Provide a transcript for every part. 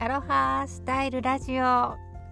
アロハスタイルラジオ。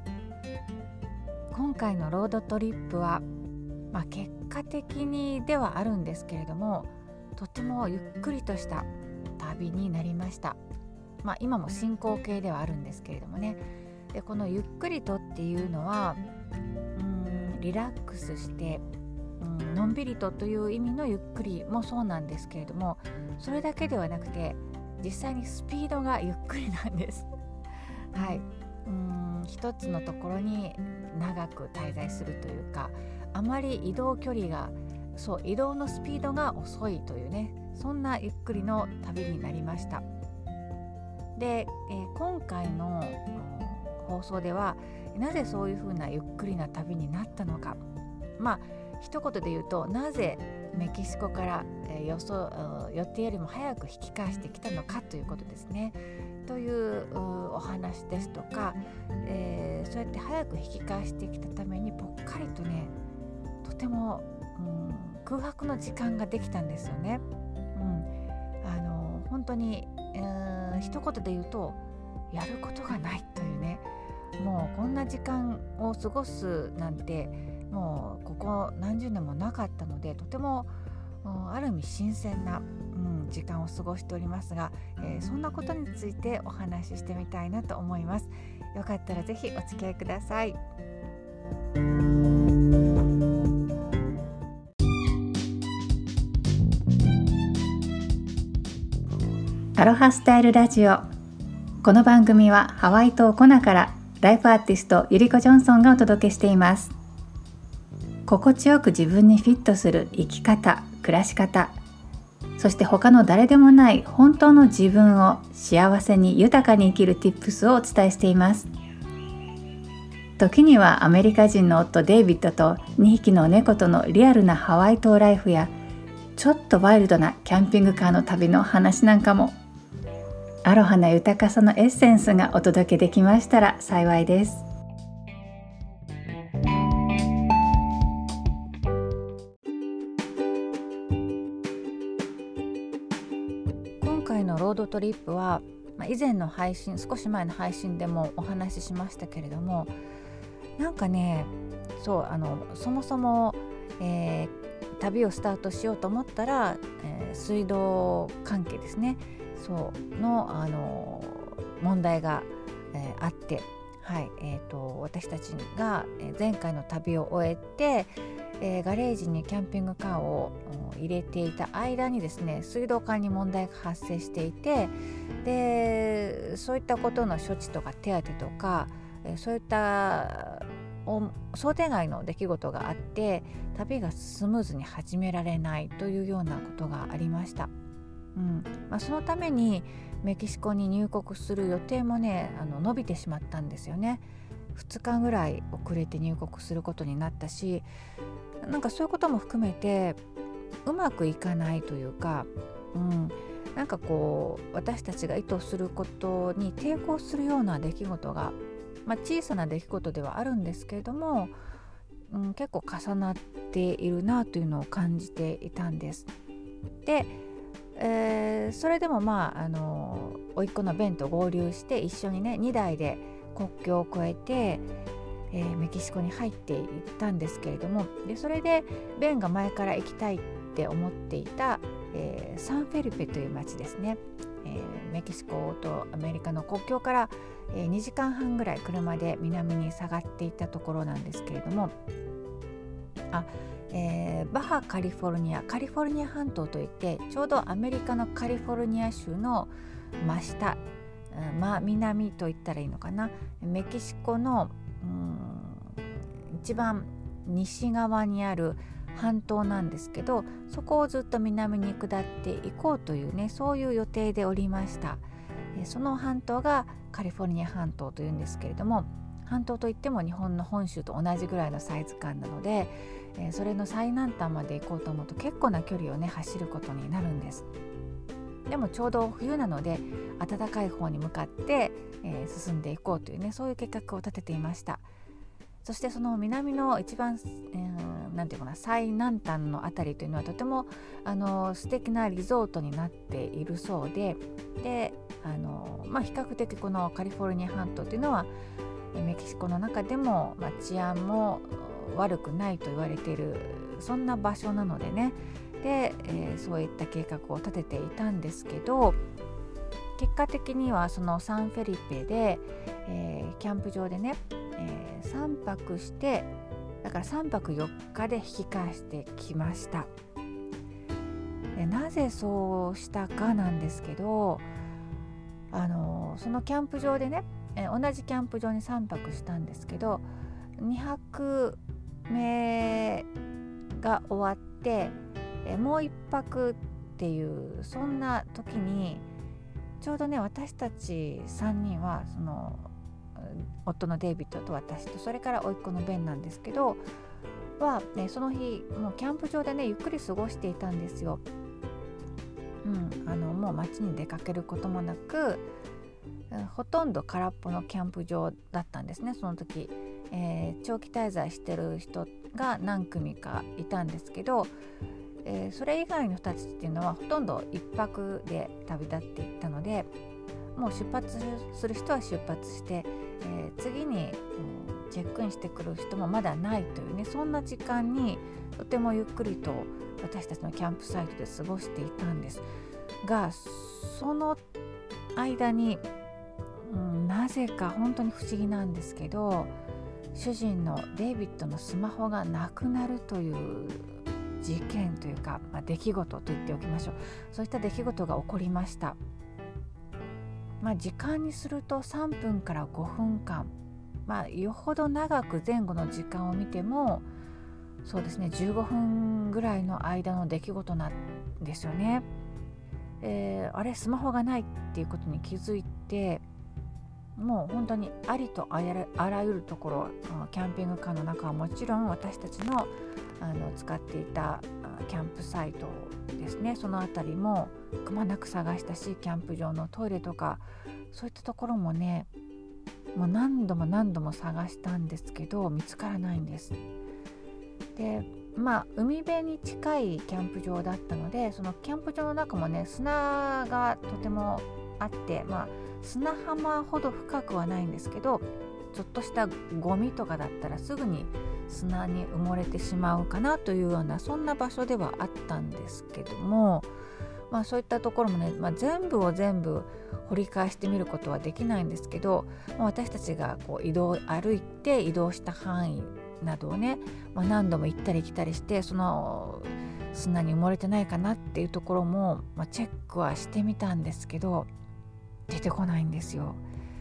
今回のロードトリップは、結果的にではあるんですけれども、とてもゆっくりとした旅になりました。今も進行形ではあるんですけれどもね。でこのゆっくりとっていうのはリラックスしてのんびりとという意味のゆっくりもそうなんですけれども、それだけではなくて実際にスピードがゆっくりなんですはい、一つのところに長く滞在するというか、あまり移動距離が移動のスピードが遅いというね、そんなゆっくりの旅になりました。で、今回の放送ではなぜそういうふうなゆっくりな旅になったのか、一言で言うと、なぜメキシコから、予定よりも早く引き返してきたのかということですね。というお話ですとか、そうやって早く引き返してきたためにぽっかりとね、とても、空白の時間ができたんですよね。本当に、一言で言うとやることがないというね、もうこんな時間を過ごすなんてもうここ何十年もなかったので、とてもある意味新鮮な、時間を過ごしておりますが、そんなことについてお話ししてみたいなと思います。よかったらぜひお付き合いください。アロハスタイルラジオ。この番組はハワイ島コナからライフアーティストゆりこジョンソンがお届けしています。心地よく自分にフィットする生き方、暮らし方、そして他の誰でもない本当の自分を幸せに豊かに生きる Tips をお伝えしています。時にはアメリカ人の夫デイビッドと2匹の猫とのリアルなハワイ島ライフや、ちょっとワイルドなキャンピングカーの旅の話なんかも、アロハな豊かさのエッセンスがお届けできましたら幸いです。今回のロードトリップは、以前の配信、少し前の配信でもお話ししましたけれども、なんかね、そもそも、旅をスタートしようと思ったら、水道関係ですね、の、問題が、あって、私たちが前回の旅を終えて、ガレージにキャンピングカーを入れていた間にですね、水道管に問題が発生していて、でそういったことの処置とか手当とか、そういった想定外の出来事があって、旅がスムーズに始められないというようなことがありました。そのためにメキシコに入国する予定もね、伸びてしまったんですよね。2日ぐらい遅れて入国することになったし、なんかそういうことも含めてうまくいかないというか、なんか私たちが意図することに抵抗するような出来事が、小さな出来事ではあるんですけれども、結構重なっているなというのを感じていたんです。で、それでも甥っ子のベンと合流して一緒にね、2台で国境を越えて、メキシコに入っていったんですけれども、でそれでベンが前から行きたいって思っていた、サンフェルペという町ですね。メキシコとアメリカの国境から、2時間半ぐらい車で南に下がっていったところなんですけれども、バハカリフォルニア半島といって、ちょうどアメリカのカリフォルニア州の真下、南と言ったらいいのかな、メキシコの一番西側にある半島なんですけど、そこをずっと南に下っていこうというね、そういう予定でおりました。その半島がカリフォルニア半島というんですけれども、半島といっても日本の本州と同じぐらいのサイズ感なので、それの最南端まで行こうと思うと結構な距離をね、走ることになるんです。でもちょうど冬なので暖かい方に向かって、進んでいこうというね、そういう計画を立てていました。そしてその南の一番、最南端のあたりというのはとても素敵なリゾートになっているそうで、 比較的このカリフォルニア半島っていうのはメキシコの中でも、治安も悪くないと言われているそんな場所なのでね、で、そういった計画を立てていたんですけど、結果的にはそのサンフェリペで、キャンプ場でね、3泊して、だから3泊4日で引き返してきました。でなぜそうしたかなんですけど、そのキャンプ場でね、同じキャンプ場に3泊したんですけど、2泊目が終わって、もう1泊っていうそんな時にちょうどね、私たち3人はその夫のデイビッドと私とそれから甥っ子のベンなんですけどは、その日もうキャンプ場でねゆっくり過ごしていたんですよ。もう街に出かけることもなく、ほとんど空っぽのキャンプ場だったんですね。その時、長期滞在してる人が何組かいたんですけど、それ以外の人たちっていうのはほとんど1泊で旅立っていったので、もう出発する人は出発して、次に、チェックインしてくる人もまだないというね、そんな時間にとてもゆっくりと私たちのキャンプサイトで過ごしていたんですが、その間に、なぜか本当に不思議なんですけど、主人のデイビッドのスマホがなくなるという事件というか、出来事と言っておきましょう。そういった出来事が起こりました。時間にすると3分から5分間、よほど長く前後の時間を見てもそうですね、15分ぐらいの間の出来事なんですよね。あれスマホがないっていうことに気づいて、もう本当にありとあらゆるところ、キャンピングカーの中はもちろん私たちの使っていたキャンプサイトですね、そのあたりもくまなく探したし、キャンプ場のトイレとかそういったところもね、もう何度も探したんですけど見つからないんです。で海辺に近いキャンプ場だったので、そのキャンプ場の中もね砂がとてもあって、砂浜ほど深くはないんですけど、ちょっとしたゴミとかだったらすぐに砂に埋もれてしまうかなというような、そんな場所ではあったんですけども、そういったところもね、全部を全部掘り返してみることはできないんですけど、私たちがこう歩いて移動した範囲などをね、何度も行ったり来たりして、その砂に埋もれてないかなっていうところも、チェックはしてみたんですけど出てこないんですよ。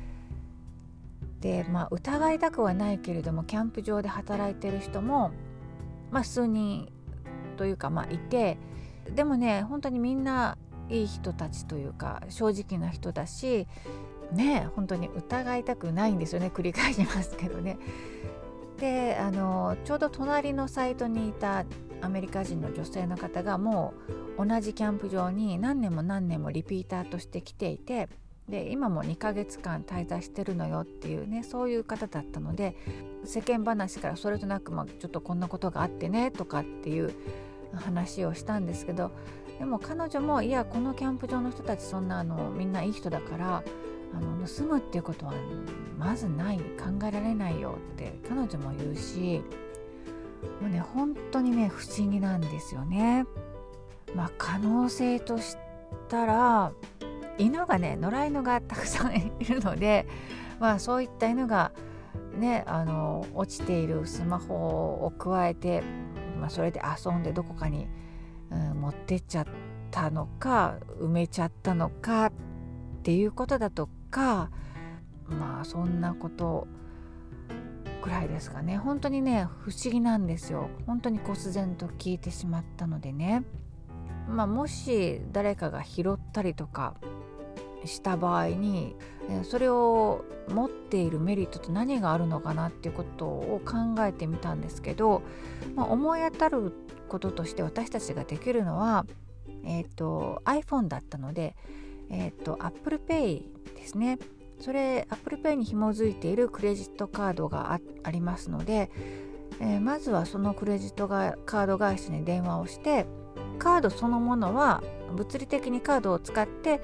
で疑いたくはないけれども、キャンプ場で働いてる人も数人というかいて、でもね本当にみんないい人たちというか正直な人だしね、本当に疑いたくないんですよね。繰り返しますけどね。でちょうど隣のサイトにいたアメリカ人の女性の方がもう同じキャンプ場に何年もリピーターとして来ていて、で今も2ヶ月間滞在してるのよっていうね、そういう方だったので、世間話からそれとなくちょっとこんなことがあってねとかっていう話をしたんですけど、でも彼女もいやこのキャンプ場の人たちそんなみんないい人だから盗むっていうことはまずない、考えられないよって彼女も言うし、もうね本当にね不思議なんですよね。可能性としたら犬がね、野良犬がたくさんいるので、そういった犬がね落ちているスマホを加えて、それで遊んでどこかに、持ってっちゃったのか埋めちゃったのかっていうことだとか、そんなことくらいですかね。本当にね不思議なんですよ。本当に忽然と聞いてしまったのでね、もし誰かが拾ったりとかした場合に、それを持っているメリットと何があるのかなっていうことを考えてみたんですけど、思い当たることとして私たちができるのは、iPhone だったので、Apple Pay ですね。それ Apple Pay に紐づいているクレジットカードが ありますので、まずはそのクレジットカード会社に電話をして、カードそのものは物理的にカードを使って、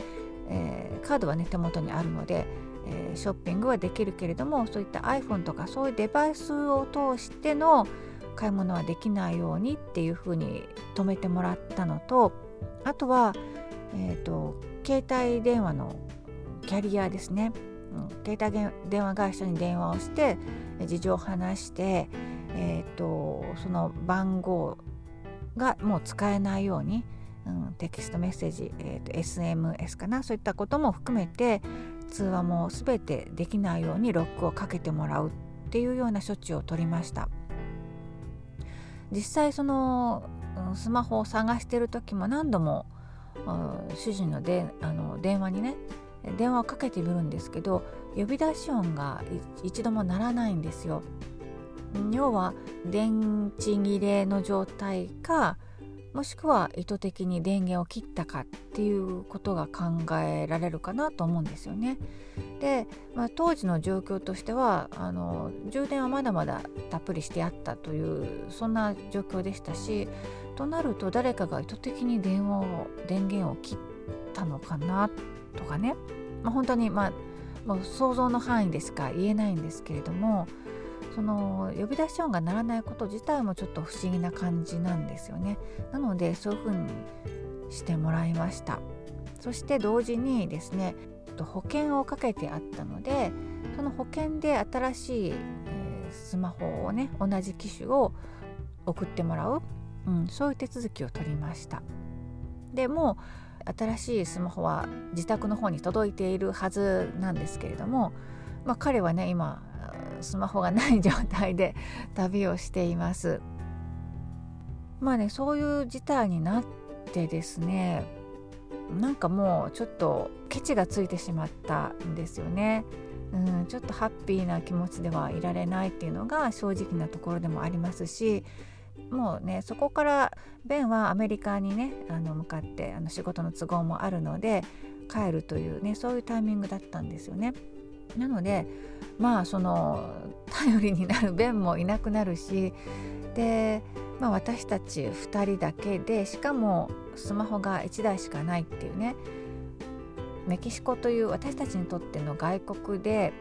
カードはね手元にあるので、ショッピングはできるけれども、そういった iPhone とかそういうデバイスを通しての買い物はできないようにっていうふうに止めてもらったのと、あとは、携帯電話のキャリアですね、携帯電話会社に電話をして事情を話して、その番号がもう使えないように、テキストメッセージ、SMS かな、そういったことも含めて通話もすべてできないようにロックをかけてもらうっていうような処置を取りました。実際そのスマホを探している時も何度も主人の電話にね電話をかけてみるんですけど、呼び出し音が一度も鳴らないんですよ。要は電池切れの状態か、もしくは意図的に電源を切ったかっていうことが考えられるかなと思うんですよね。で、当時の状況としては充電はまだまだたっぷりしてあったというそんな状況でしたし、となると誰かが意図的に電源を切ったのかなとかね、本当にもう想像の範囲でしか言えないんですけれども、その呼び出し音が鳴らないこと自体もちょっと不思議な感じなんですよね。なのでそういうふうにしてもらいました。そして同時にですね、保険をかけてあったので、その保険で新しい、スマホをね同じ機種を送ってもらう、そういう手続きを取りました。でも新しいスマホは自宅の方に届いているはずなんですけれども、彼はね今スマホがない状態で旅をしています。そういう事態になってですね、なんかもうちょっとケチがついてしまったんですよね。ちょっとハッピーな気持ちではいられないっていうのが正直なところでもありますし、もうねそこからベンはアメリカにね向かって仕事の都合もあるので帰るというね、そういうタイミングだったんですよね。なのでその頼りになるベンもいなくなるし、で、私たち2人だけで、しかもスマホが1台しかないっていうね、メキシコという私たちにとっての外国で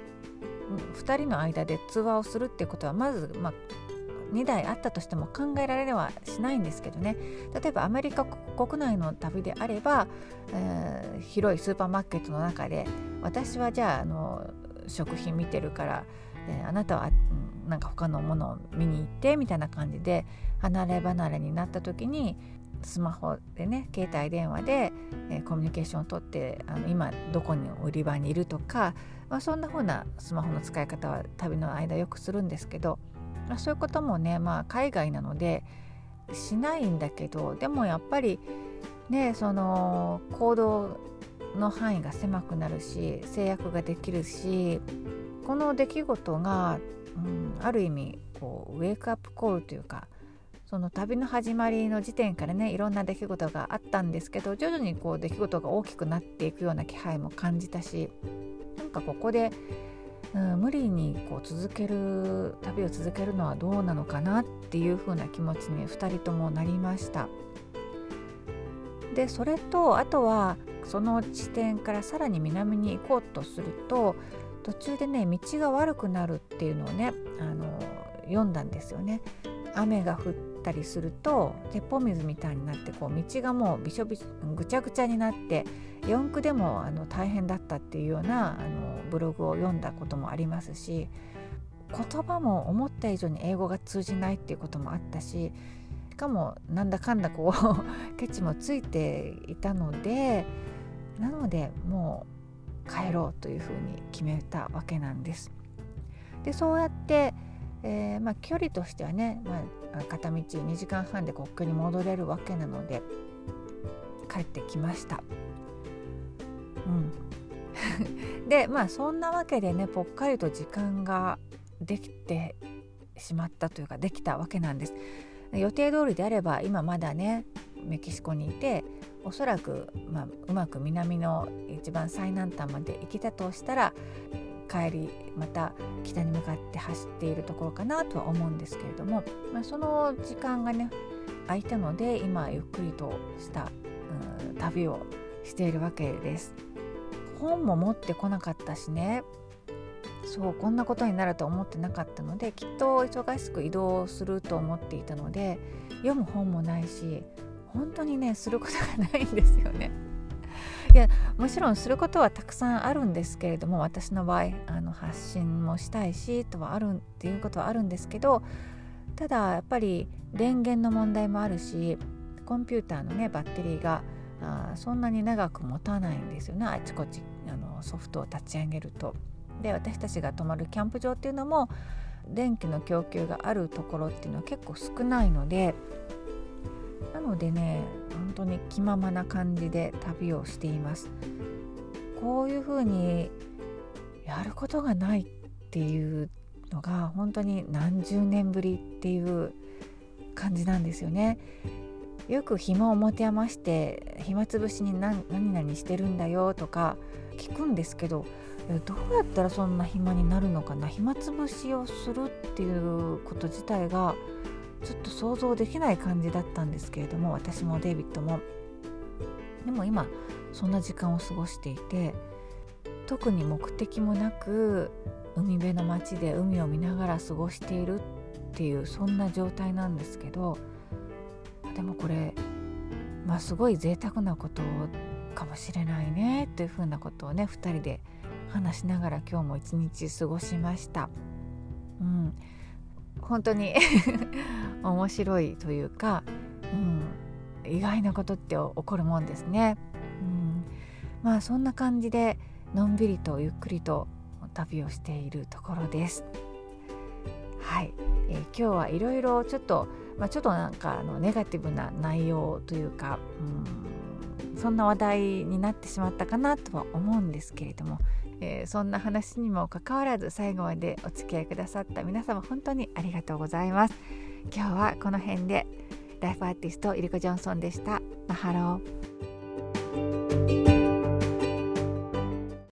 2人の間で通話をするっていうことはまず、2台あったとしても考えられはしないんですけどね。例えばアメリカ国内の旅であれば、広いスーパーマーケットの中で私はじゃあ食品見てるから、あなたはなんか他のものを見に行ってみたいな感じで離れ離れになった時にスマホでね携帯電話で、コミュニケーションをとって今どこに売り場にいるとか、そんな風なスマホの使い方は旅の間よくするんですけど、そういうこともね、海外なのでしないんだけど、でもやっぱりねその行動の範囲が狭くなるし制約ができるし、この出来事が、ある意味こうウェイクアップコールというか、その旅の始まりの時点からねいろんな出来事があったんですけど、徐々にこう出来事が大きくなっていくような気配も感じたし、なんかここで無理にこう旅を続けるのはどうなのかなっていう風な気持ちに2人ともなりました。でそれとあとはその地点からさらに南に行こうとすると、途中でね道が悪くなるっていうのをね読んだんですよね。雨が降ったりすると鉄砲水みたいになって、こう道がもうぐちゃぐちゃになって四駆でも大変だったっていうようなブログを読んだこともありますし、言葉も思った以上に英語が通じないっていうこともあったし、しかもなんだかんだこうケチもついていたので、なのでもう帰ろうというふうに決めたわけなんです。でそうやって、距離としてはね、片道2時間半で国境に戻れるわけなので帰ってきました。でそんなわけでねぽっかりと時間ができてしまったというかできたわけなんです。予定通りであれば今まだねメキシコにいて、おそらく、うまく南の一番最南端まで行けたとしたら帰りまた北に向かって走っているところかなとは思うんですけれども、その時間がね空いたので今ゆっくりとした、旅をしているわけです。 本も持ってこなかったしね、そうこんなことになると思ってなかったので、きっと忙しく移動すると思っていたので、読む本もないし、本当にねすることがないんですよね。いや、もちろんすることはたくさんあるんですけれども、私の場合発信もしたいしとはあるっていうことはあるんですけど、ただやっぱり電源の問題もあるし、コンピューターのねバッテリーがそんなに長く持たないんですよね。あちこちソフトを立ち上げると。で、私たちが泊まるキャンプ場っていうのも電気の供給があるところっていうのは結構少ないので、なのでね本当に気ままな感じで旅をしています。こういうふうにやることがないっていうのが本当に何十年ぶりっていう感じなんですよね。よく暇を持て余して暇つぶしに何々してるんだよとか聞くんですけど、どうやったらそんな暇になるのかな。暇つぶしをするっていうこと自体がちょっと想像できない感じだったんですけれども、私もデイビッドも。でも今そんな時間を過ごしていて、特に目的もなく海辺の街で海を見ながら過ごしているっていう、そんな状態なんですけど、でもこれすごい贅沢なことかもしれないねというふうなことをね2人で話しながら今日も一日過ごしました。本当に面白いというか、意外なことって起こるもんですね。そんな感じでのんびりとゆっくりと旅をしているところです。はい、今日はいろいろちょっとなんかネガティブな内容というか、そんな話題になってしまったかなとは思うんですけれども、そんな話にもかかわらず最後までお付き合いくださった皆様本当にありがとうございます。今日はこの辺で。ライフアーティストイリコ・ジョンソンでした。マハロー。